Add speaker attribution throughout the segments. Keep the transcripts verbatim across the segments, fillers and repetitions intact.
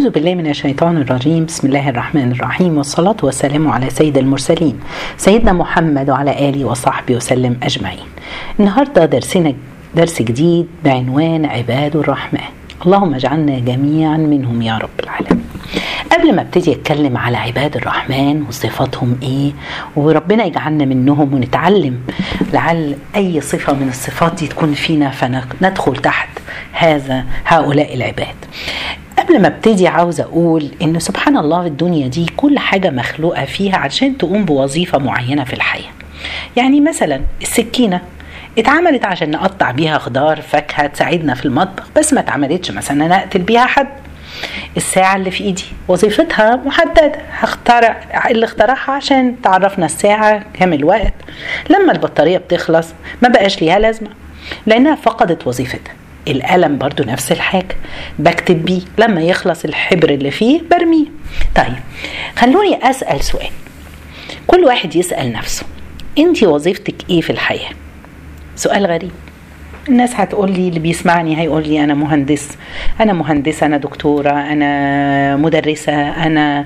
Speaker 1: أعوذ بالله من الشيطان الرجيم. بسم الله الرحمن الرحيم، والصلاة والسلام على سيد المرسلين سيدنا محمد وعلى آله وصحبه وسلم أجمعين. النهاردة درسنا درس جديد بعنوان عباد الرحمن، اللهم اجعلنا جميعا منهم يا رب العالمين. قبل ما ابتدي اتكلم على عباد الرحمن وصفاتهم ايه وربنا يجعلنا منهم ونتعلم لعل اي صفة من الصفات دي تكون فينا فندخل تحت هذا هؤلاء العباد. قبل ما ابتدي عاوز اقول ان سبحان الله في الدنيا دي كل حاجة مخلوقة فيها عشان تقوم بوظيفة معينة في الحياة. يعني مثلا السكينة اتعملت عشان نقطع بيها خضار فاكهة تساعدنا في المطبخ، بس ما اتعملتش مثلا انا اقتل بيها حد. الساعة اللي في ايدي وظيفتها محددة، هخترع اللي اخترعها عشان تعرفنا الساعة كام الوقت. لما البطارية بتخلص ما بقاش ليها لازمة لانها فقدت وظيفتها. القلم برضو نفس الحاجة، بكتب بيه، لما يخلص الحبر اللي فيه برميه. طيب خلوني اسأل سؤال، كل واحد يسأل نفسه انتي وظيفتك ايه في الحياة؟ سؤال غريب. الناس هتقول لي، اللي بيسمعني هيقول لي انا مهندس، انا مهندسة، انا دكتورة، انا مدرسة، انا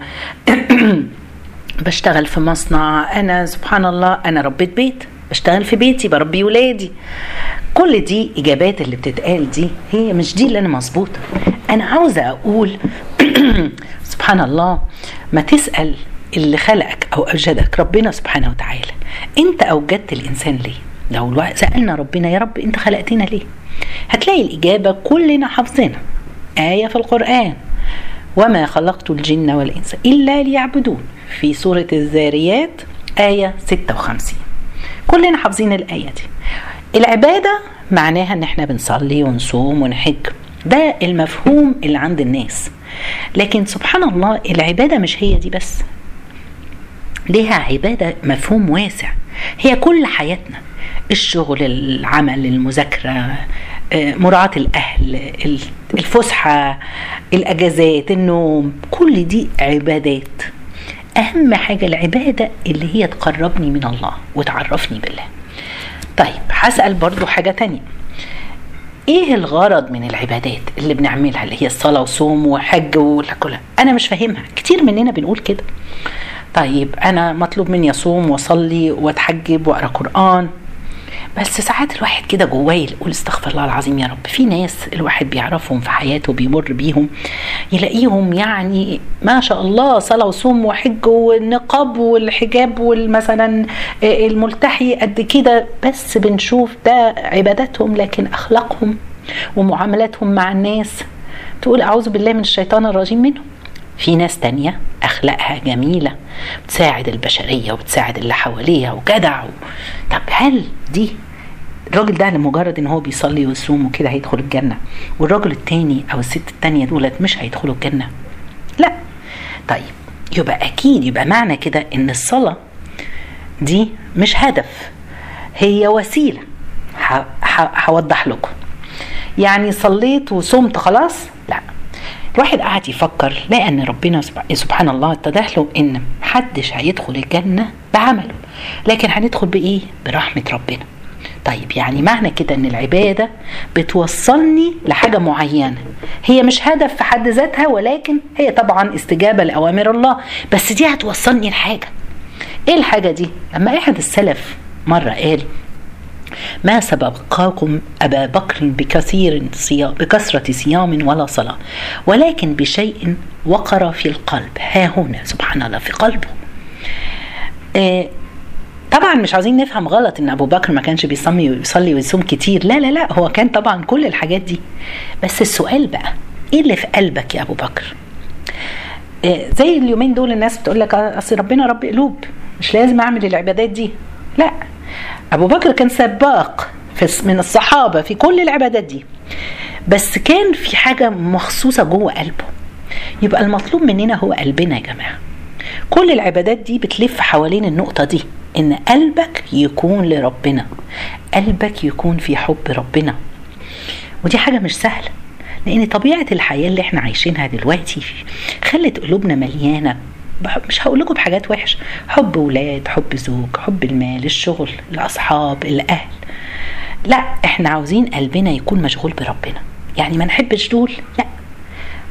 Speaker 1: بشتغل في مصنع، انا سبحان الله انا ربيت بيت، بشتغل في بيتي، بربي ولادي. كل دي اجابات اللي بتتقال دي هي مش دي اللي انا مظبوطة. انا عاوزة اقول سبحان الله، ما تسأل اللي خلقك او اوجدك ربنا سبحانه وتعالى، انت اوجدت الانسان ليه؟ لو سألنا ربنا يا رب انت خلقتنا ليه، هتلاقي الإجابة كلنا حافظينها. آية في القرآن، وما خلقت الجن والإنس إلا ليعبدون، في سورة الذاريات آية ستة وخمسين. كلنا حافظين الآية دي. العبادة معناها ان احنا بنصلي ونصوم ونحج، ده المفهوم اللي عند الناس. لكن سبحان الله العبادة مش هي دي بس، ليها عبادة مفهوم واسع، هي كل حياتنا، الشغل، العمل، المذاكرة، مراعاة الأهل، الفسحة، الأجازات، النوم، كل دي عبادات. أهم حاجة العبادة اللي هي تقربني من الله وتعرفني بالله. طيب هسأل برضو حاجة تانية، ايه الغرض من العبادات اللي بنعملها اللي هي الصلاة وصوم وحج وكلها؟ أنا مش فاهمها. كتير مننا بنقول كده، طيب أنا مطلوب مني أصوم وأصلي وأتحجب وأقرأ قرآن، بس ساعات الواحد كده جواه يقول استغفر الله العظيم يا رب. في ناس الواحد بيعرفهم في حياته بيمر بيهم يلاقيهم يعني ما شاء الله صلاة وصوم وحج والنقاب والحجاب والمثلا الملتحي قد كده، بس بنشوف ده عباداتهم، لكن أخلاقهم ومعاملاتهم مع الناس تقول أعوذ بالله من الشيطان الرجيم منهم. في ناس تانية أخلاقها جميلة، بتساعد البشرية وبتساعد اللي حواليها وجدع و... طب هل دي الراجل ده لمجرد ان هو بيصلي ويصوم وكده هيدخل الجنة، والراجل التاني او الست التانية دولت مش هيدخلوا الجنة؟ لا. طيب يبقى اكيد يبقى معنى كده ان الصلاة دي مش هدف، هي وسيلة. هوضح لكم. يعني صليت وصمت خلاص؟ لا. الواحد قاعد يفكر لقى ان ربنا سبحان الله اتضح له ان محدش هيدخل الجنة بعمله، لكن هندخل بايه؟ برحمة ربنا. طيب يعني معنى كده ان العبادة بتوصلني لحاجة معينة، هي مش هدف في حد ذاتها، ولكن هي طبعا استجابة لأوامر الله، بس دي هتوصلني لحاجة. ايه الحاجة دي؟ لما احد السلف مرة قال ما سبقاكم أبا بكر بكثير صيام بكثرة صيام ولا صلاة، ولكن بشيء وقر في القلب، ها هنا سبحان الله في قلبه. آه طبعا مش عايزين نفهم غلط ان ابو بكر ما كانش بيصلي ويصلي ويصوم كتير، لا لا لا، هو كان طبعا كل الحاجات دي. بس السؤال بقى ايه اللي في قلبك يا ابو بكر؟ آه زي اليومين دول الناس بتقول لك اصل ربنا رب قلوب، مش لازم اعمل العبادات دي. لا، ابو بكر كان سباق من الصحابة في كل العبادات دي، بس كان في حاجة مخصوصة جوه قلبه. يبقى المطلوب مننا هو قلبنا يا جماعة. كل العبادات دي بتلف حوالين النقطة دي، ان قلبك يكون لربنا، قلبك يكون في حب ربنا. ودي حاجة مش سهلة، لان طبيعة الحياة اللي احنا عايشينها دلوقتي خلت قلوبنا مليانة، مش هقول لكم بحاجات وحش، حب ولاد، حب زوج، حب المال، الشغل، الاصحاب، الاهل. لا، احنا عاوزين قلبنا يكون مشغول بربنا. يعني ما نحبش دول، لا،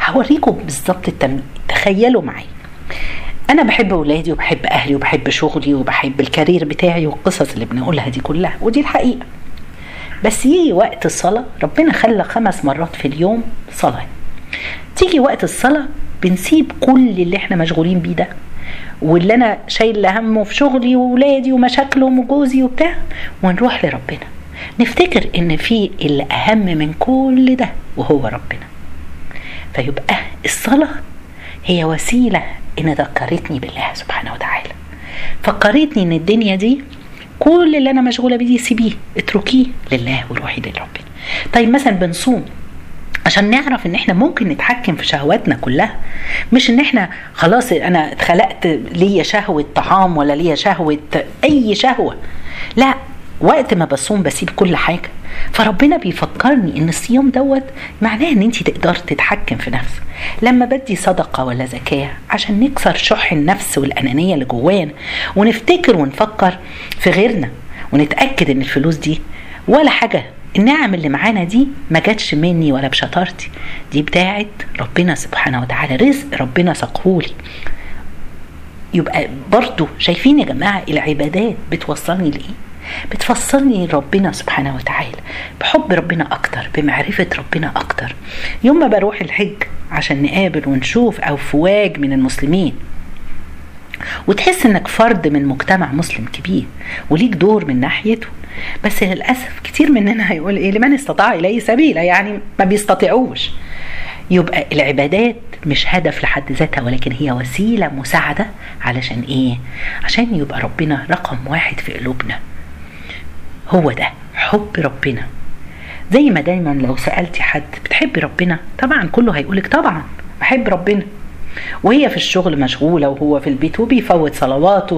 Speaker 1: هوريكم بالظبط التمرين. تخيلوا معي، انا بحب اولادي وبحب اهلي وبحب شغلي وبحب الكارير بتاعي والقصص اللي بنقولها دي كلها، ودي الحقيقة. بس يجي وقت الصلاة، ربنا خلى خمس مرات في اليوم صلاة. تيجي وقت الصلاة بنسيب كل اللي احنا مشغولين بيه ده، واللي انا شايل همه في شغلي وولادي ومشاكلهم وجوزي وبتاع، ونروح لربنا نفتكر ان في اللي اهم من كل ده وهو ربنا. فيبقى الصلاة هي وسيلة ان ذكرتني بالله سبحانه وتعالى، فكرتني ان الدنيا دي كل اللي انا مشغولة بيه سيبيه، اتركيه لله وروحي لربنا. طيب مثلا بنصوم عشان نعرف ان احنا ممكن نتحكم في شهواتنا كلها، مش ان احنا خلاص انا اتخلقت ليا شهوة طعام ولا ليا شهوة اي شهوة، لا، وقت ما بصوم بسيب كل حاجة. فربنا بيفكرني ان الصيام دوت معناه ان انت تقدر تتحكم في نفسك. لما بدي صدقة ولا زكاة عشان نكسر شح النفس والأنانية اللي جوانا، ونفتكر ونفكر في غيرنا، ونتأكد ان الفلوس دي ولا حاجة، النعم اللي معانا دي ما جاتش مني ولا بشطارتي، دي بتاعت ربنا سبحانه وتعالى، رزق ربنا ساقهولي. يبقى برضو شايفين يا جماعة العبادات بتوصلني لإيه؟ بتفصلني ربنا سبحانه وتعالى، بحب ربنا أكتر، بمعرفة ربنا أكتر. يوم ما بروح الحج عشان نقابل ونشوف أفواج من المسلمين، وتحس انك فرد من مجتمع مسلم كبير وليك دور من ناحيته، بس للأسف كتير مننا هيقول ايه لمن استطاع إليه سبيلا، يعني ما بيستطيعوش. يبقى العبادات مش هدف لحد ذاتها، ولكن هي وسيلة مساعدة. علشان ايه؟ عشان يبقى ربنا رقم واحد في قلوبنا. هو ده حب ربنا. زي ما دايما لو سألتي حد بتحبي ربنا، طبعا كله هيقولك طبعا بحب ربنا، وهي في الشغل مشغولة وهو في البيت وبيفوت صلواته.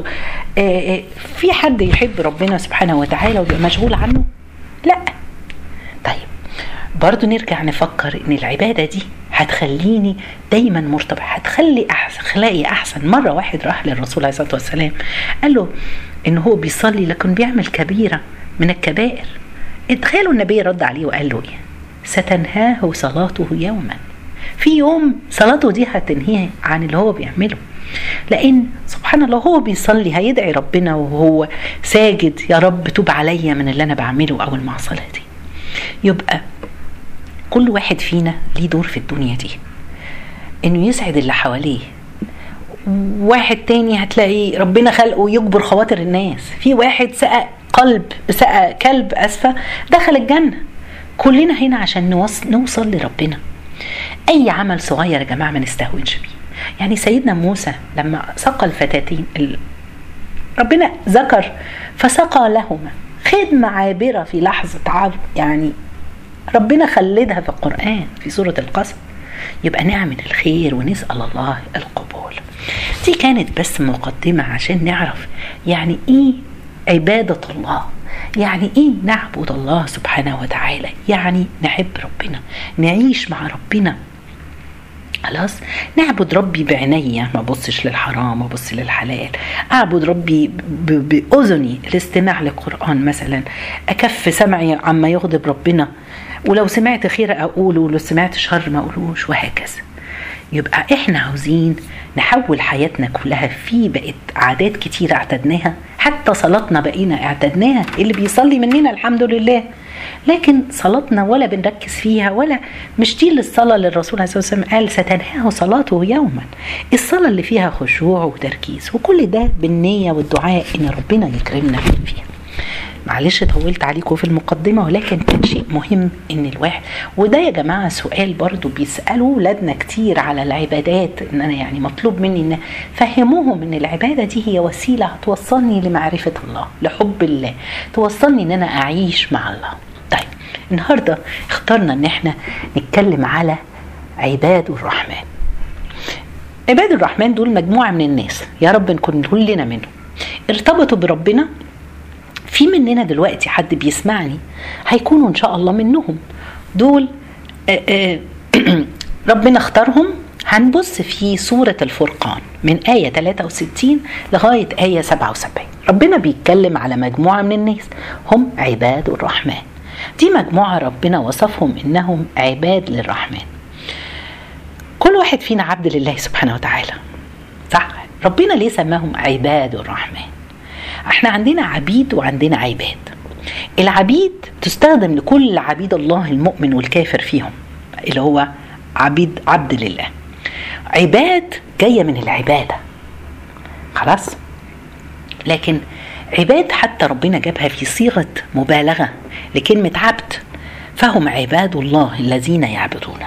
Speaker 1: في حد يحب ربنا سبحانه وتعالى ويبقى مشغول عنه؟ لا. طيب برضو نرجع نفكر ان العبادة دي هتخليني دايما مرتبط، هتخلي أحسن خلاقي احسن. مرة واحد راح للرسول عليه الصلاة والسلام قال له ان هو بيصلي لكن بيعمل كبيرة من الكبائر. اتخيلوا النبي رد عليه وقال له ايه؟ ستنهاه صلاته يوما، في يوم صلاته دي هتنهيه عن اللي هو بيعمله. لان سبحان الله هو بيصلي هيدعي ربنا وهو ساجد، يا رب توب عليا من اللي انا بعمله او المعصية دي. يبقى كل واحد فينا ليه دور في الدنيا دي، انه يسعد اللي حواليه. واحد تاني هتلاقي ربنا خلقه يجبر خواطر الناس، في واحد سقى قلب سقى كلب اسفة دخل الجنة. كلنا هنا عشان نوصل, نوصل لربنا. اي عمل صغير يا جماعة ما نستهونش بيه. يعني سيدنا موسى لما سقى الفتاتين، ربنا ذكر فسقى لهما، خدمة عابرة في لحظة عبد، يعني ربنا خلدها في القرآن في سورة القصص. يبقى نعمل الخير ونسأل الله القبول. دي كانت بس مقدمة عشان نعرف يعني ايه عبادة الله، يعني ايه نعبد الله سبحانه وتعالى، يعني نحب ربنا، نعيش مع ربنا. خلاص نعبد ربي بعناية، ما بصش للحرام وبص للحلال. اعبد ربي بأذني، الاستماع للقرآن مثلا، اكف سمعي عما يغضب ربنا، ولو سمعت خير اقوله ولو سمعت شر ما اقولوش، وهكذا. يبقى احنا عاوزين نحول حياتنا كلها، في بقت عادات كتير اعتدناها، حتى صلاتنا بقينا اعتدناها. اللي بيصلي مننا الحمد لله، لكن صلاتنا ولا بنركز فيها، ولا مش دي الصلاة اللي الرسول عليه الصلاة والسلام قال ستنهاه صلاته يوما. الصلاة اللي فيها خشوع وتركيز، وكل ده بالنية والدعاء ان ربنا يكرمنا فيها. معلش طولت عليكم في المقدمة، ولكن كان شيء مهم ان الواحد، وده يا جماعة سؤال برضو بيسألوا ولادنا كتير على العبادات، ان انا يعني مطلوب مني ان فهموهم ان العبادة دي هي وسيلة توصلني لمعرفة الله، لحب الله، توصلني ان انا اعيش مع الله. طيب النهاردة اخترنا ان احنا نتكلم على عباد الرحمن. عباد الرحمن دول مجموعة من الناس، يا رب نكون كلنا منهم، ارتبطوا بربنا. في مننا دلوقتي حد بيسمعني هيكونوا ان شاء الله منهم دول. آآ آآ ربنا اختارهم. هنبص في سورة الفرقان من آية ثلاثة وستين لغاية آية سبعة وسبعين. ربنا بيتكلم على مجموعة من الناس هم عباد الرحمن. دي مجموعة ربنا وصفهم انهم عباد للرحمن. كل واحد فينا عبد لله سبحانه وتعالى، صح؟ ربنا ليه سماهم عباد الرحمن؟ احنا عندنا عبيد وعندنا عباد. العبيد تستخدم لكل عبيد الله المؤمن والكافر فيهم، اللي هو عبيد عبد لله. عباد جاية من العبادة، خلاص. لكن عباد حتى ربنا جابها في صيغة مبالغة لكلمة عبد، فهم عباد الله الذين يعبدون.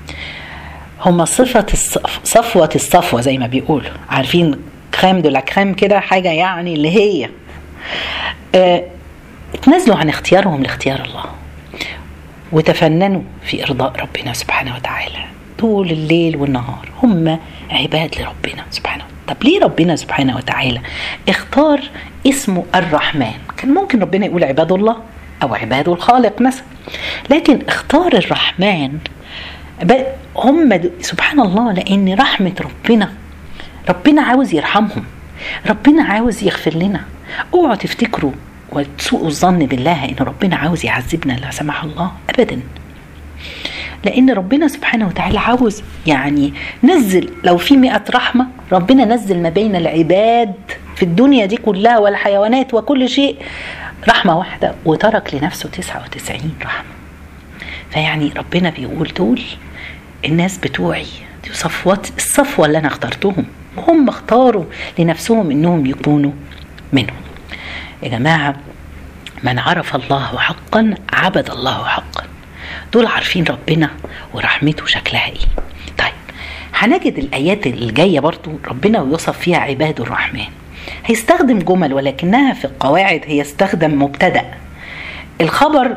Speaker 1: هم صفة الصف... صفوة الصفوة زي ما بيقولوا، عارفين كريم دو لا كريم كده، حاجة يعني اللي هي اه... اتنازلوا عن اختيارهم لاختيار الله، وتفننوا في إرضاء ربنا سبحانه وتعالى طول الليل والنهار. هم عباد لربنا سبحانه. طب ليه ربنا سبحانه وتعالى اختار اسمه الرحمن؟ كان ممكن ربنا يقول عباد الله أو عباد الخالق مثلا، لكن اختار الرحمن. هم سبحان الله، لأن رحمة ربنا، ربنا عاوز يرحمهم، ربنا عاوز يغفر لنا. اوعوا تفتكروا وتسوءوا الظن بالله ان ربنا عاوز يعذبنا، لا سمح الله، ابدا. لان ربنا سبحانه وتعالى عاوز يعني نزل، لو في مئة رحمة ربنا نزل ما بين العباد في الدنيا دي كلها والحيوانات وكل شيء رحمة واحدة، وترك لنفسه تسعة وتسعين رحمة. فيعني ربنا بيقول دول الناس بتوعي، دي صفوات الصفوة اللي انا اخترتهم، وهم اختاروا لنفسهم انهم يكونوا منهم. يا جماعة، من عرف الله حقا عبد الله حقا. دول عارفين ربنا ورحمته شكلها ايه. طيب هنجد الايات الجاية برضو ربنا ويوصف فيها عباد الرحمن، هيستخدم جمل ولكنها في القواعد هي استخدم مبتدأ. الخبر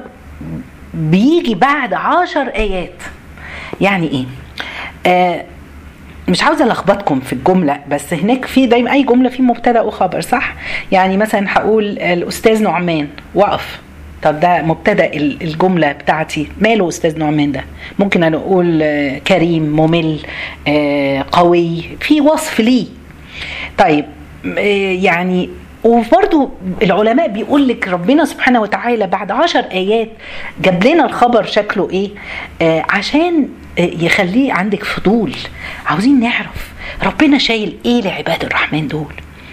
Speaker 1: بيجي بعد عشر ايات. يعني ايه؟ آه مش عاوزه الخبطكم في الجمله، بس هناك في دايما اي جمله في مبتدا وخبر، صح؟ يعني مثلا هقول الاستاذ نعمان وقف، طب ده مبتدا الجمله بتاعتي، ماله استاذ نعمان ده؟ ممكن انا اقول كريم، ممل، قوي، في وصف ليه. طيب يعني وبرضو العلماء بيقول لك ربنا سبحانه وتعالى بعد عشر آيات جاب لنا الخبر شكله ايه، آه عشان يخليه عندك فضول، عاوزين نعرف ربنا شايل ايه لعباد الرحمن دول.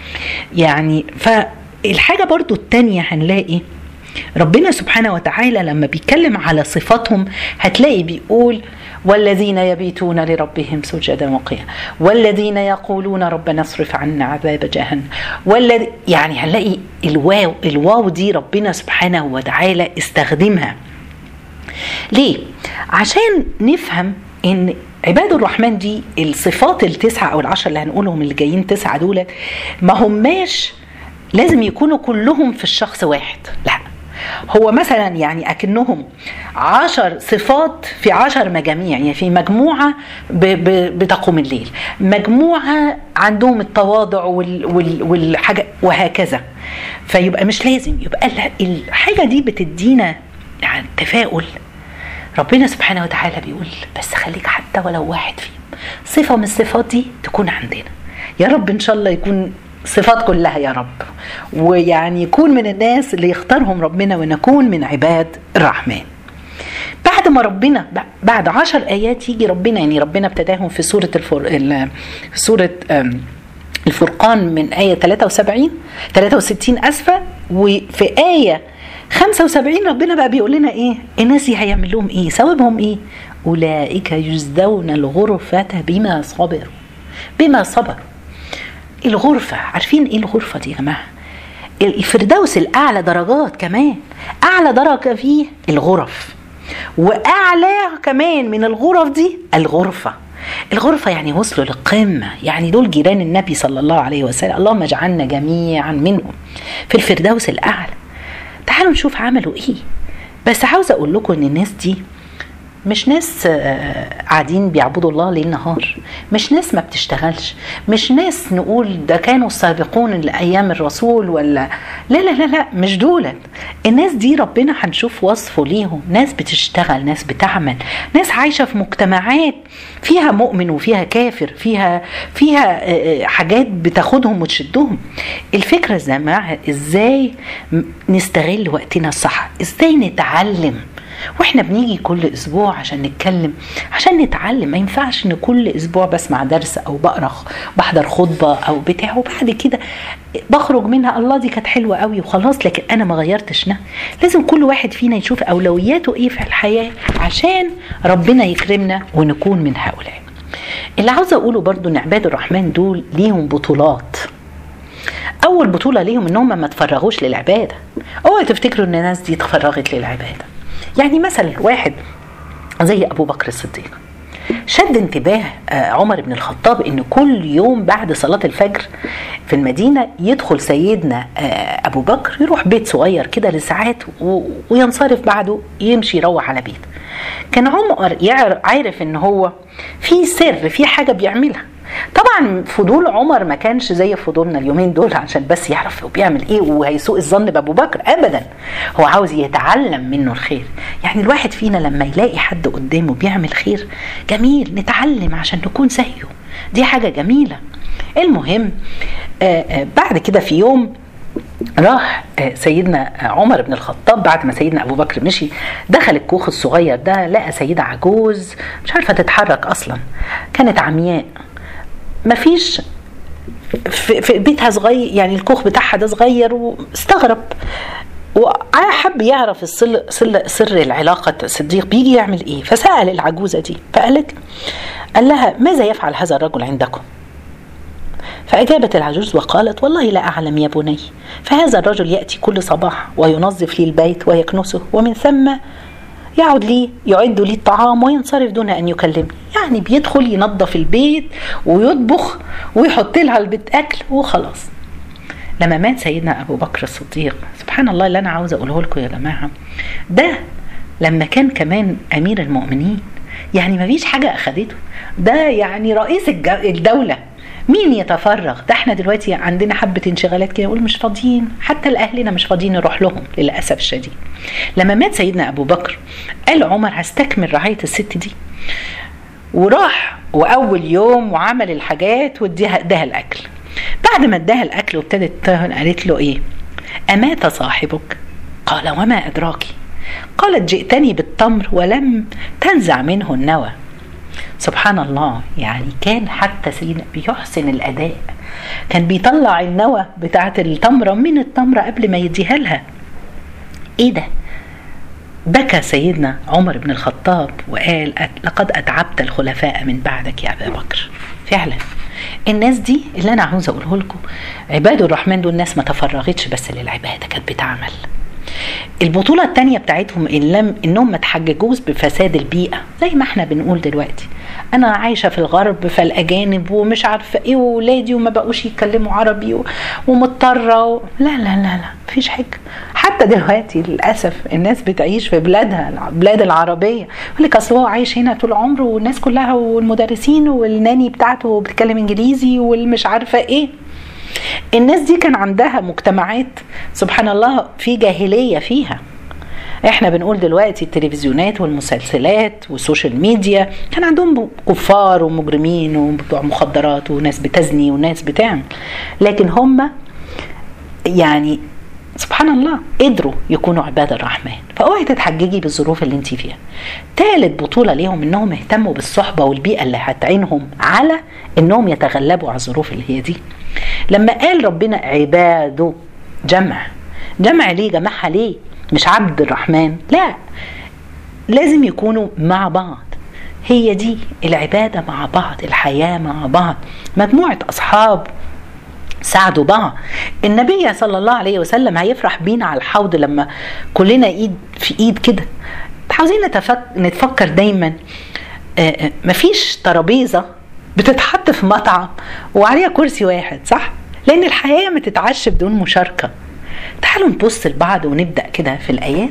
Speaker 1: يعني فالحاجة برضو التانية هنلاقي ربنا سبحانه وتعالى لما بيتكلم على صفاتهم هتلاقي بيقول والذين يبيتون لربهم سجدا وقياما والذين يقولون ربنا اصرف عنا عذاب جهنم والذي، يعني هنلاقي الواو الواو دي ربنا سبحانه وتعالى استخدمها ليه؟ عشان نفهم ان عباد الرحمن دي الصفات التسعة او العشر اللي هنقولهم اللي جايين تسعة دول ما هماش لازم يكونوا كلهم في الشخص واحد، لا، هو مثلا يعني أكنهم عشر صفات في عشر مجاميع، يعني في مجموعة بتقوم الليل، مجموعة عندهم التواضع والحاجة وهكذا. فيبقى مش لازم يبقى الحاجة دي بتدينا يعني تفاؤل. ربنا سبحانه وتعالى بيقول بس خليك حتى ولو واحد فيهم صفة من الصفات دي تكون عندنا، يا رب إن شاء الله يكون صفات كلها يا رب، ويعني يكون من الناس اللي يختارهم ربنا ونكون من عباد الرحمن. بعد ما ربنا بعد عشر آيات يجي ربنا، يعني ربنا ابتداهم في سورة الفر... سورة الفرقان من آية ثلاثة وسبعين ثلاثة وستين أسفة، وفي آية خمسة وسبعين ربنا بقى بيقول لنا إيه الناس دي هيعمل لهم إيه، ثوابهم إيه؟ أولئك يجزون الغرفة بما صبروا. بما صبروا الغرفة، عارفين ايه الغرفة دي يا جماعة؟ الفردوس الأعلى درجات، كمان أعلى درجة فيه الغرف، وأعلى كمان من الغرف دي الغرفة. الغرفة يعني وصلوا للقمة، يعني دول جيران النبي صلى الله عليه وسلم، اللهم اجعلنا جميعا منهم في الفردوس الأعلى. تعالوا نشوف عملوا ايه. بس عاوزة أقول لكم إن الناس دي مش ناس قاعدين بيعبدوا الله ليل نهار، مش ناس ما بتشتغلش، مش ناس نقول ده كانوا السابقون لأيام الرسول ولا لا لا لا لا، مش دولت. الناس دي ربنا هنشوف وصفه ليهم، ناس بتشتغل، ناس بتعمل، ناس عايشة في مجتمعات فيها مؤمن وفيها كافر، فيها فيها حاجات بتاخدهم وتشدهم. الفكرة يا جماعة ازاي نستغل وقتنا الصح، ازاي نتعلم واحنا بنيجي كل اسبوع عشان نتكلم، عشان نتعلم. ما ينفعش ان كل اسبوع بسمع درس او بقرا بحضر خطبه او بتاع وبعد كده بخرج منها الله دي كانت حلوه قوي وخلاص، لكن انا ما غيرتش. نه لازم كل واحد فينا يشوف اولوياته ايه في الحياه عشان ربنا يكرمنا ونكون من هؤلاء. اللي عاوزه اقوله برضو ان عباد الرحمن دول ليهم بطولات. اول بطوله ليهم انهم ما تفرغوش للعباده. اوعوا تفتكروا ان الناس دي تفرغت للعباده. يعني مثلا واحد زي ابو بكر الصديق شد انتباه عمر بن الخطاب ان كل يوم بعد صلاة الفجر في المدينة يدخل سيدنا ابو بكر يروح بيت صغير كده لساعات وينصرف بعده يمشي يروح على بيت. كان عمر عارف ان هو في سر في حاجة بيعملها. طبعا فضول عمر ما كانش زي فضولنا اليومين دول عشان بس يعرف هو بيعمل ايه وهيسوء الظن بابو بكر، ابدا. هو عاوز يتعلم منه الخير. يعني الواحد فينا لما يلاقي حد قدامه بيعمل خير جميل نتعلم عشان نكون زيه، دي حاجة جميلة. المهم آآ آآ بعد كده في يوم راح سيدنا عمر بن الخطاب بعد ما سيدنا ابو بكر مشي، دخل الكوخ الصغير ده لقى سيدة عجوز مش عارفة تتحرك اصلا، كانت عمياء، مفيش في بيتها صغير، يعني الكوخ بتاعها ده صغير، واستغرب وحب يعرف السر سر العلاقة الصديق بيجي يعمل ايه. فسأل العجوزة دي فقالت قال لها ماذا يفعل هذا الرجل عندكم؟ فأجابت العجوز وقالت والله لا أعلم يا بني، فهذا الرجل يأتي كل صباح وينظف لي البيت ويكنسه، ومن ثم يعود لي يعد لي الطعام وينصرف دون أن يكلمني. يعني بيدخل ينظف البيت ويطبخ ويحط لها البيت أكل وخلاص. لما مات سيدنا أبو بكر الصديق، سبحان الله اللي أنا عاوز أقوله لكم يا جماعة، ده لما كان كمان أمير المؤمنين، يعني ما فيش حاجة أخدته، ده يعني رئيس الدولة، مين يتفرغ؟ ده احنا دلوقتي عندنا حبة انشغالات كده يقول مش فاضيين، حتى لأهلنا مش فاضيين نروح لهم للأسف الشديد. لما مات سيدنا أبو بكر قال عمر هستكمل رعاية الست دي، وراح وأول يوم وعمل الحاجات واديها اداها الأكل. بعد ما اداها الأكل وابتدت تهن قالت له ايه؟ أمات صاحبك؟ قال وما أدراك؟ قالت جئتني بالتمر ولم تنزع منه النوى. سبحان الله، يعني كان حتى سيدنا بيحسن الأداء، كان بيطلع النوى بتاعت التمرة من التمرة قبل ما يديها لها. ايه ده؟ بكى سيدنا عمر بن الخطاب وقال لقد أتعبت الخلفاء من بعدك يا أبا بكر. فعلا الناس دي اللي أنا عاوز أقوله لكم، عباد الرحمن دول الناس ما تفرغتش بس للعبادة، كانت بتعمل. البطولة التانية بتاعتهم إن لم إنهم ما تحججوش بفساد البيئة، زي ما احنا بنقول دلوقتي أنا عايشة في الغرب فالأجانب ومش عارفة إيه وولادي وما بقوش يتكلموا عربي ومضطرة و... لا لا لا لا مفيش حاجة. حتى دلوقتي للأسف الناس بتعيش في بلادها البلاد العربية يقول لك أصل هو عايش هنا طول عمره والناس كلها والمدرسين والناني بتاعته بتتكلم إنجليزي والمش عارفة إيه. الناس دي كان عندها مجتمعات سبحان الله في جاهلية فيها. احنا بنقول دلوقتي التلفزيونات والمسلسلات والسوشيال ميديا كان عندهم كفار ومجرمين وبتوع مخدرات وناس بتزني وناس بتعمل، لكن هم يعني سبحان الله قدروا يكونوا عباد الرحمن. فاوعي تتحججي بالظروف اللي انت فيها. ثالث بطولة ليهم انهم اهتموا بالصحبة والبيئة اللي هتعينهم على انهم يتغلبوا على الظروف اللي هي دي. لما قال ربنا عباده جمع، جمع ليه؟ جمعها ليه؟ مش عبد الرحمن، لا، لازم يكونوا مع بعض. هي دي العبادة مع بعض، الحياة مع بعض، مجموعة أصحاب ساعدوا بعض. النبي صلى الله عليه وسلم هيفرح بينا على الحوض لما كلنا ايد في ايد كده. عاوزين نتفكر دايما مفيش ترابيزة بتتحط في مطعم وعليها كرسي واحد، صح؟ لأن الحياة ما تتعش بدون مشاركة. تعالوا نبص لبعض ونبدأ كده في الآيات.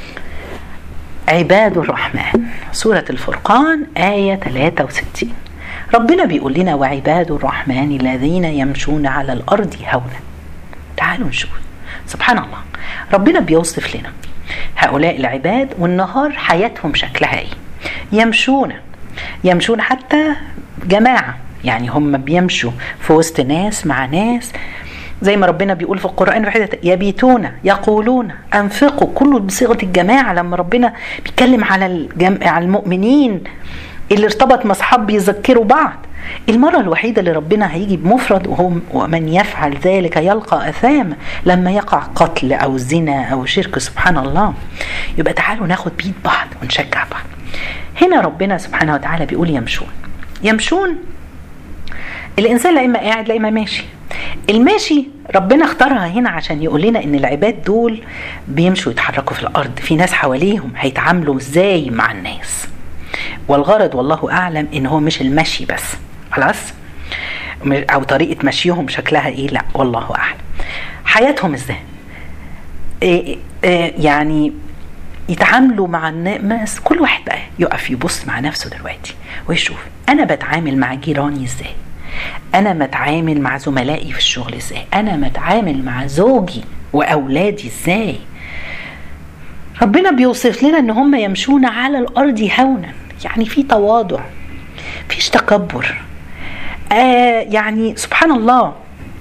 Speaker 1: عباد الرحمن سورة الفرقان آية ثلاثة وستين، ربنا بيقول لنا وعباد الرحمن الذين يمشون على الأرض هونا. تعالوا نشوف سبحان الله، ربنا بيوصف لنا هؤلاء العباد والنهار حياتهم شكلها ايه. يمشون يمشون حتى جماعة، يعني هم بيمشوا في وسط ناس مع ناس زي ما ربنا بيقول في القرآن في حتة يبيتون يقولون أنفقوا، كله بصيغة الجماعة. لما ربنا بيتكلم على الجم... على المؤمنين اللي ارتبط مصحاب بيذكروا بعض، المرة الوحيدة اللي ربنا هيجي بمفرد وهو ومن يفعل ذلك يلقى أثاما، لما يقع قتل أو زنا أو شرك، سبحان الله. يبقى تعالوا ناخد بيد بعض ونشجع بعض. هنا ربنا سبحانه وتعالى بيقول يمشون. يمشون الإنسان لا إما قاعد لا إما ماشي. الماشي ربنا اختارها هنا عشان يقول لنا إن العباد دول بيمشوا يتحركوا في الأرض، في ناس حواليهم، هيتعاملوا إزاي مع الناس. والغرض والله أعلم إن هو مش المشي بس خلاص، أو طريقة مشيهم شكلها إيه، لا والله أعلم. حياتهم إزاي، إيه إيه يعني يتعاملوا مع الناس. كل واحد بقى يقف يبص مع نفسه دلوقتي ويشوف أنا بتعامل مع جيراني إزاي، أنا متعامل مع زملائي في الشغل إزاي، أنا متعامل مع زوجي وأولادي إزاي. ربنا بيوصف لنا إن هم يمشون على الأرض هونا، يعني في تواضع، فيش تكبر. آه يعني سبحان الله،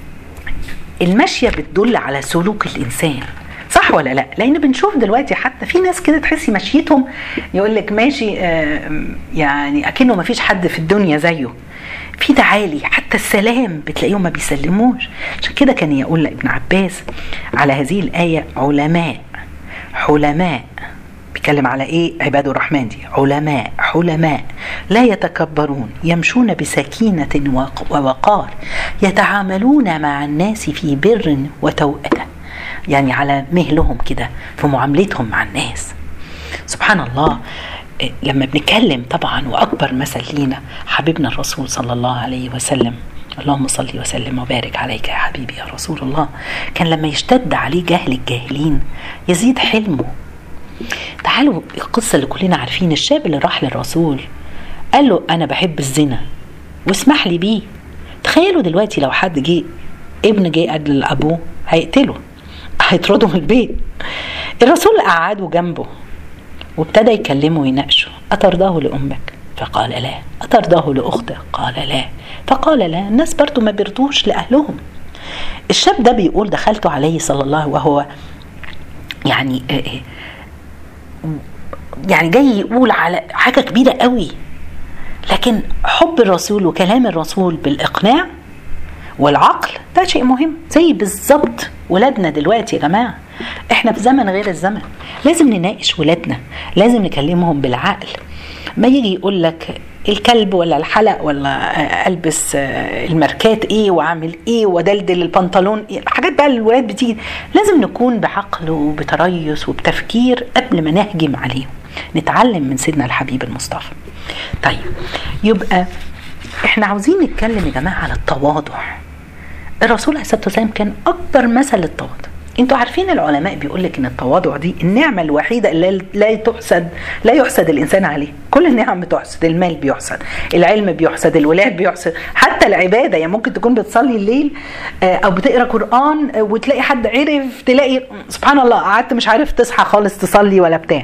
Speaker 1: المشية بتدل على سلوك الإنسان، صح ولا لا؟ لأن بنشوف دلوقتي حتى في ناس كده تحسي مشيتهم يقول لك ماشي آه يعني أكنه ما فيش حد في الدنيا زيه، في تعالي، حتى السلام بتلاقيهم ما بيسلموش. عشان كده كان يقول لابن عباس على هذه الآية علماء حلماء، بيتكلم على ايه؟ عباد الرحمن دي علماء حلماء لا يتكبرون يمشون بسكينة ووقار يتعاملون مع الناس في بر وتوأة، يعني على مهلهم كده في معاملتهم مع الناس. سبحان الله. لما بنتكلم طبعا وأكبر مثل لينا حبيبنا الرسول صلى الله عليه وسلم، اللهم صل وسلم وبارك عليك يا حبيبي يا رسول الله. كان لما يشتد عليه جهل الجاهلين يزيد حلمه. تعالوا القصة اللي كلنا عارفين، الشاب اللي راح للرسول قال له أنا بحب الزنا واسمح لي بيه. تخيلوا دلوقتي لو حد جه ابن جه قال لأبوه هيقتله، هيطرده من البيت. الرسول قعده جنبه وابتدى يكلمه ويناقشه، أترضاه لأمك؟ فقال لا. أترضاه لأخته؟ قال لا. فقال لا. الناس برضو ما بيرضوش لأهلهم. الشاب ده بيقول دخلت عليه صلى الله وهو يعني يعني جاي يقول على حاجة كبيرة قوي، لكن حب الرسول وكلام الرسول بالإقناع والعقل ده شيء مهم. زي بالظبط ولادنا دلوقتي يا جماعة، احنا في زمن غير الزمن، لازم نناقش ولادنا، لازم نكلمهم بالعقل. ما يجي يقول لك الكلب ولا الحلق ولا البس الماركات ايه وعامل ايه ودلدل البنطلون ايه، حاجات بقى الولاد بتيجي. لازم نكون بعقل وبتريث وبتفكير قبل ما نهجم عليهم، نتعلم من سيدنا الحبيب المصطفى. طيب يبقى احنا عاوزين نتكلم يا جماعة على التواضع. الرسول عليه الصلاة والسلام كان أكبر مثل للتواضع. انتوا عارفين العلماء بيقولك ان التواضع دي النعمة الوحيدة اللي لا تحسد، لا يحسد الإنسان عليه. كل النعم بتحسد، المال بيحسد، العلم بيحسد، الولاد بيحسد، حتى العبادة. يعني ممكن تكون بتصلي الليل أو بتقرأ قرآن وتلاقي حد عرف، تلاقي سبحان الله قعدت مش عارف تصحى خالص تصلي ولا بتاع.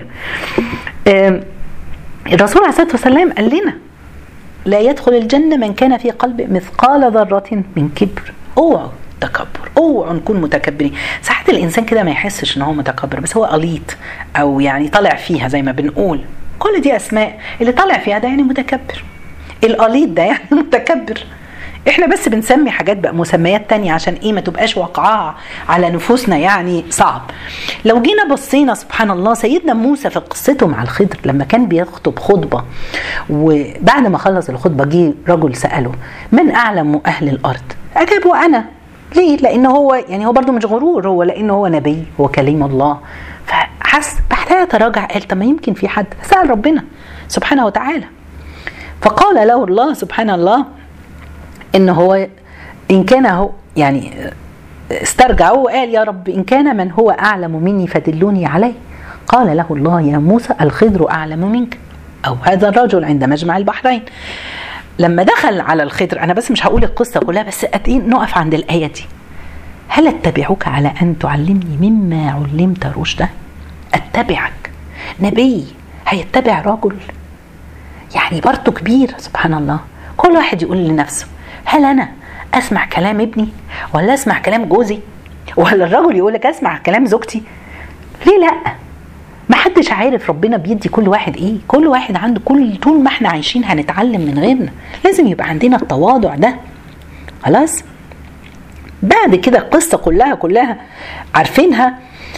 Speaker 1: الرسول عليه الصلاة والسلام قال لنا لا يدخل الجنة من كان في قلبه مثقال ذرة من كبر. اوعوا تكبر، اوعوا نكون متكبرين. ساعات الانسان كده ما يحسش ان هو متكبر، بس هو قليط او يعني طالع فيها زي ما بنقول. كل دي اسماء، اللي طالع فيها ده يعني متكبر، القليط ده يعني متكبر. احنا بس بنسمي حاجات بقى مسميات تانية عشان ايه ما تبقاش وقعها على نفوسنا، يعني صعب. لو جينا بصينا سبحان الله، سيدنا موسى في قصته مع الخضر لما كان بيخطب خطبة، وبعد ما خلص الخطبة جه رجل سأله من أعلم أهل الأرض؟ أجابه أنا. ليه؟ لأنه هو يعني هو برضو مش غرور، هو لأنه هو نبي، هو كليم الله. فحس بعدها يتراجع، قال طب ما يمكن في حد. سأل ربنا سبحانه وتعالى، فقال له الله سبحان الله إن هو إن كان هو يعني استرجع وقال يا رب إن كان من هو أعلم مني فدلوني عليه. قال له الله يا موسى الخضر أعلم منك، أو هذا الرجل عند مجمع البحرين. لما دخل على الخضر، أنا بس مش هقول القصة كلها، بس نقف عند الآية دي. هل اتبعك على أن تعلمني مما علمت رشدا؟ اتبعك نبي هيتبع رجل؟ يعني برضه كبير سبحان الله. كل واحد يقول لنفسه هل أنا اسمع كلام ابني ولا اسمع كلام جوزي، ولا الرجل يقولك اسمع كلام زوجتي؟ ليه لا؟ ما حدش عارف ربنا بيدي كل واحد ايه. كل واحد عنده، كل طول ما احنا عايشين هنتعلم من غيرنا. لازم يبقى عندنا التواضع ده. خلاص. بعد كده القصة كلها كلها عارفينها.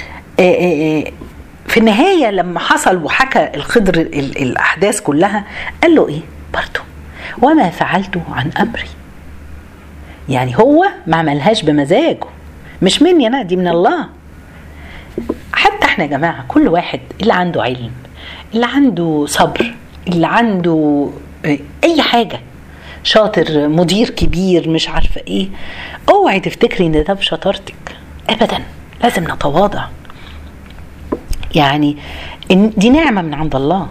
Speaker 1: في النهاية لما حصل وحكى الخضر الأحداث كلها، قال له ايه برضو؟ وما فعلته عن أمري. يعني هو ما عملهاش بمزاجه، مش مني أنا، دي من الله. حتى احنا يا جماعة كل واحد اللي عنده علم، اللي عنده صبر، اللي عنده اي حاجة، شاطر، مدير كبير، مش عارفة ايه، اوعي تفتكري ان ده بشطارتك ابدا. لازم نتواضع. يعني دي نعمة من عند الله،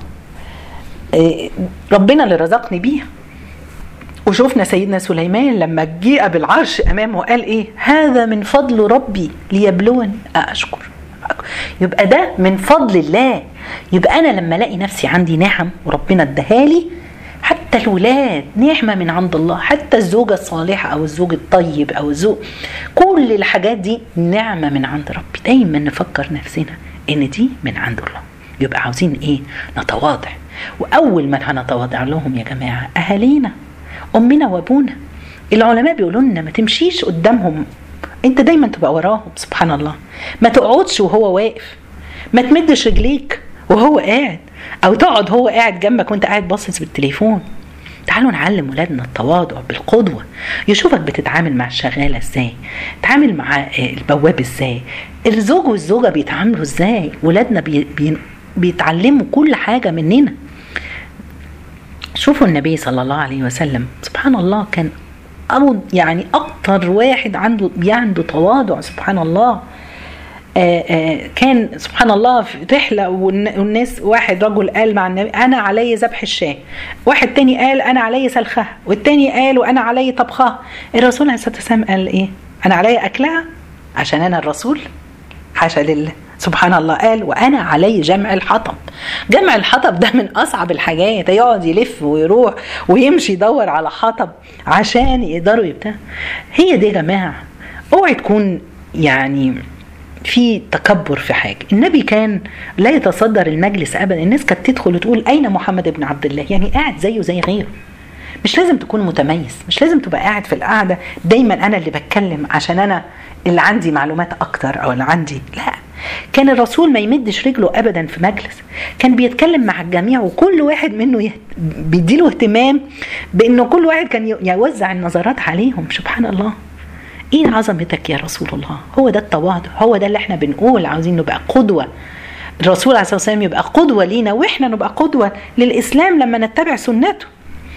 Speaker 1: ربنا اللي رزقني بيها. وشوفنا سيدنا سليمان لما جاء بالعرش امامه قال ايه؟ هذا من فضل ربي ليبلوني أشكر. يبقى ده من فضل الله. يبقى انا لما الاقي نفسي عندي نعم وربنا ادهالي، حتى الولاد نعمة من عند الله، حتى الزوجة الصالحة او الزوج الطيب او الزوج، كل الحاجات دي نعمة من عند ربي. دايما نفكر نفسنا ان دي من عند الله. يبقى عاوزين ايه؟ نتواضع. واول من هنتواضع لهم يا جماعة اهالينا، امنا وابونا. العلماء بيقولوا لنا ما تمشيش قدامهم، انت دايما تبقى وراهم. سبحان الله. ما تقعدش وهو واقف، ما تمدش رجليك وهو قاعد، او تقعد هو قاعد جنبك وانت قاعد باصص بالتليفون. تعالوا نعلم ولادنا التواضع بالقدوة. يشوفك بتتعامل مع الشغالة ازاي، تتعامل مع البواب ازاي، الزوج والزوجة بيتعاملوا ازاي. ولادنا بي بي بيتعلموا كل حاجة مننا. شوفوا النبي صلى الله عليه وسلم، سبحان الله، كان أبو يعني أكتر واحد عنده عنده تواضع. سبحان الله. آآ آآ كان سبحان الله في رحلة والناس، واحد رجل قال مع النبي أنا علي ذبح الشاة، واحد تاني قال أنا علي سلخها، والتاني قال وأنا علي طبخها. الرسول عليه الصلاة والسلام قال إيه؟ أنا علي أكلها عشان أنا الرسول؟ حاشا لله. سبحان الله. قال وأنا علي جمع الحطب. جمع الحطب ده من أصعب الحاجات. يقعد يلف ويروح ويمشي يدور على حطب عشان يقدروا يبتاع. هي دي يا جماعة. اوعي تكون يعني في تكبر في حاجة. النبي كان لا يتصدر المجلس أبدا. الناس كانت تدخل وتقول أين محمد بن عبد الله؟ يعني قاعد زيه زي غيره. مش لازم تكون متميز، مش لازم تبقى قاعد في القعدة دايما أنا اللي بتكلم عشان أنا اللي عندي معلومات أكتر أو اللي عندي. لا، كان الرسول ما يمدش رجله أبدا في مجلس، كان بيتكلم مع الجميع وكل واحد منه يه... بيديله اهتمام بأنه كل واحد كان يوزع النظرات عليهم. سبحان الله. ايه عظمتك يا رسول الله. هو ده التواضع. هو ده اللي احنا بنقول عاوزين نبقى قدوة. الرسول عليه الصلاة والسلام يبقى قدوة لينا، واحنا نبقى قدوة للإسلام لما نتبع سنته.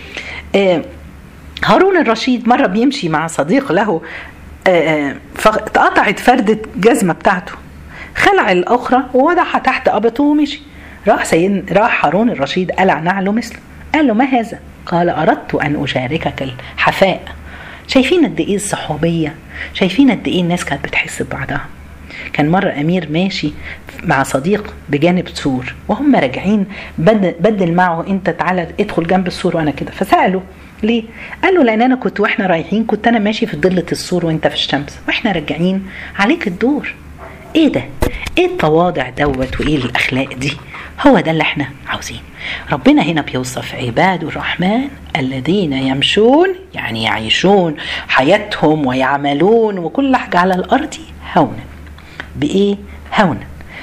Speaker 1: آه هارون الرشيد مرة بيمشي مع صديق له، آه فقطعت فردة جزمة بتاعته، خلع الأخرى ووضعها تحت قبطه ومشي. راح سيد راح هارون الرشيد قلع نعله مثله. قال له ما هذا؟ قال أردت أن أشاركك الحفاء. شايفين قد ايه الصحوبيه، شايفين قد ايه الناس كانت بتحس ببعضها. كان مره امير ماشي مع صديق بجانب سور وهم راجعين، بدل, بدل معه انت تعالى ادخل جنب السور وانا كده. فساله ليه؟ قال له لان انا كنت واحنا رايحين كنت انا ماشي في ضله السور وانت في الشمس، واحنا راجعين عليك الدور. ايه ده؟ ايه التواضع دوت وايه الاخلاق دي؟ هو ده اللي احنا عاوزين. ربنا هنا بيوصف عباد الرحمن الذين يمشون، يعني يعيشون حياتهم ويعملون وكل حاجة على الأرض هونا. بإيه؟ هونا.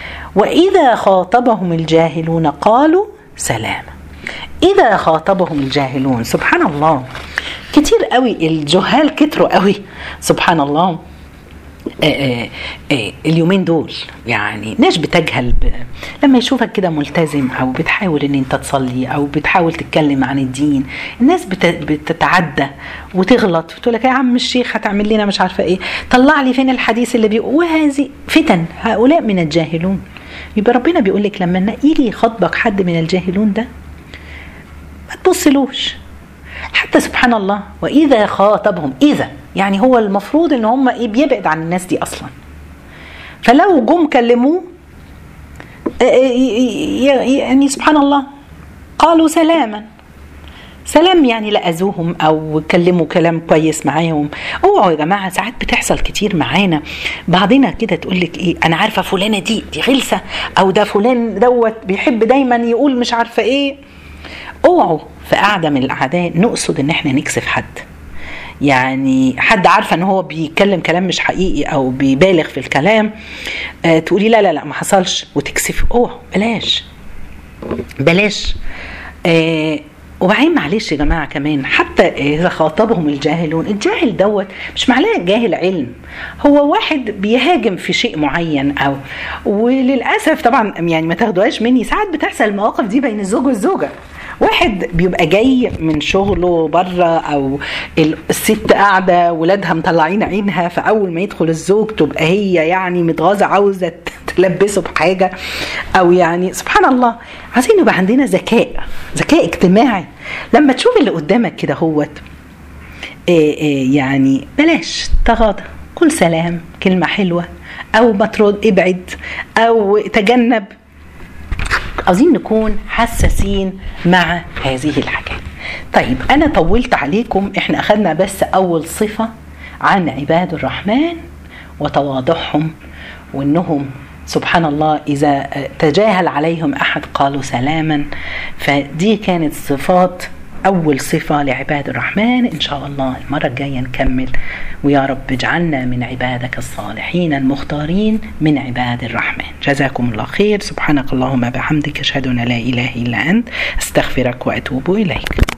Speaker 1: وإذا خاطبهم الجاهلون قالوا سلاما. إذا خاطبهم الجاهلون، سبحان الله، كتير قوي الجهال كتروا قوي. سبحان الله. آآ آآ اليومين دول يعني ناس بتجهل ب... لما يشوفك كده ملتزم او بتحاول ان انت تصلي او بتحاول تتكلم عن الدين، الناس بت... بتتعدى وتغلط وتقول لك يا عم الشيخ هتعمل لنا مش عارفه ايه، طلع لي فين الحديث اللي بيقول. وهذه فتن، هؤلاء من الجاهلون. يبقى ربنا بيقول لك لما يجي يخاطبك حد من الجاهلون ده ما تبصلوش. حتى سبحان الله. واذا خاطبهم، اذا يعني هو المفروض ان هم ايه بيبعد عن الناس دي اصلا. فلو جم كلموه يعني سبحان الله قالوا سلاما. سلام يعني لأذوهم او كلموا كلام كويس معاهم. اوعوا يا جماعه، ساعات بتحصل كتير معانا، بعضنا كده تقولك ايه، انا عارفه فلانه دي دي غلسه، او ده فلان دوت بيحب دايما يقول مش عارفه ايه. اوعوا في قعده من القعدات نقصد ان احنا نكسف حد، يعني حد عارفه ان هو بيتكلم كلام مش حقيقي او بيبالغ في الكلام، آه تقولي لا لا لا ما حصلش وتكسفي. اوعوا، بلاش بلاش. آه وبعدين معلش يا جماعه كمان، حتى اذا خاطبهم الجاهلون، الجاهل دوت مش معناه جاهل علم، هو واحد بيهاجم في شيء معين. او وللاسف طبعا يعني ما تاخدوهاش مني، ساعات بتحصل المواقف دي بين الزوج والزوجه. واحد بيبقى جاي من شغله بره، او الست قاعده ولادها مطلعين عينها، فاول ما يدخل الزوج تبقى هي يعني متغاظه عاوزه تلبسه بحاجه، او يعني سبحان الله. عايزين يبقى عندنا ذكاء ذكاء اجتماعي. لما تشوف اللي قدامك كده هوت يعني بلاش تغاضى، قل سلام، كلمه حلوه، او ما ترد، ابعد او تجنب. عايزين نكون حساسين مع هذه الحاجات. طيب انا طولت عليكم، احنا اخذنا بس اول صفة عن عباد الرحمن وتواضعهم، وانهم سبحان الله اذا تجاهل عليهم احد قالوا سلاما. فدي كانت صفات، أول صفة لعباد الرحمن. إن شاء الله المرة الجاية نكمل، ويا رب اجعلنا من عبادك الصالحين المختارين من عباد الرحمن. جزاكم الله خير. سبحانك اللهم بحمدك، أشهد أن لا إله إلا أنت، أستغفرك وأتوب إليك.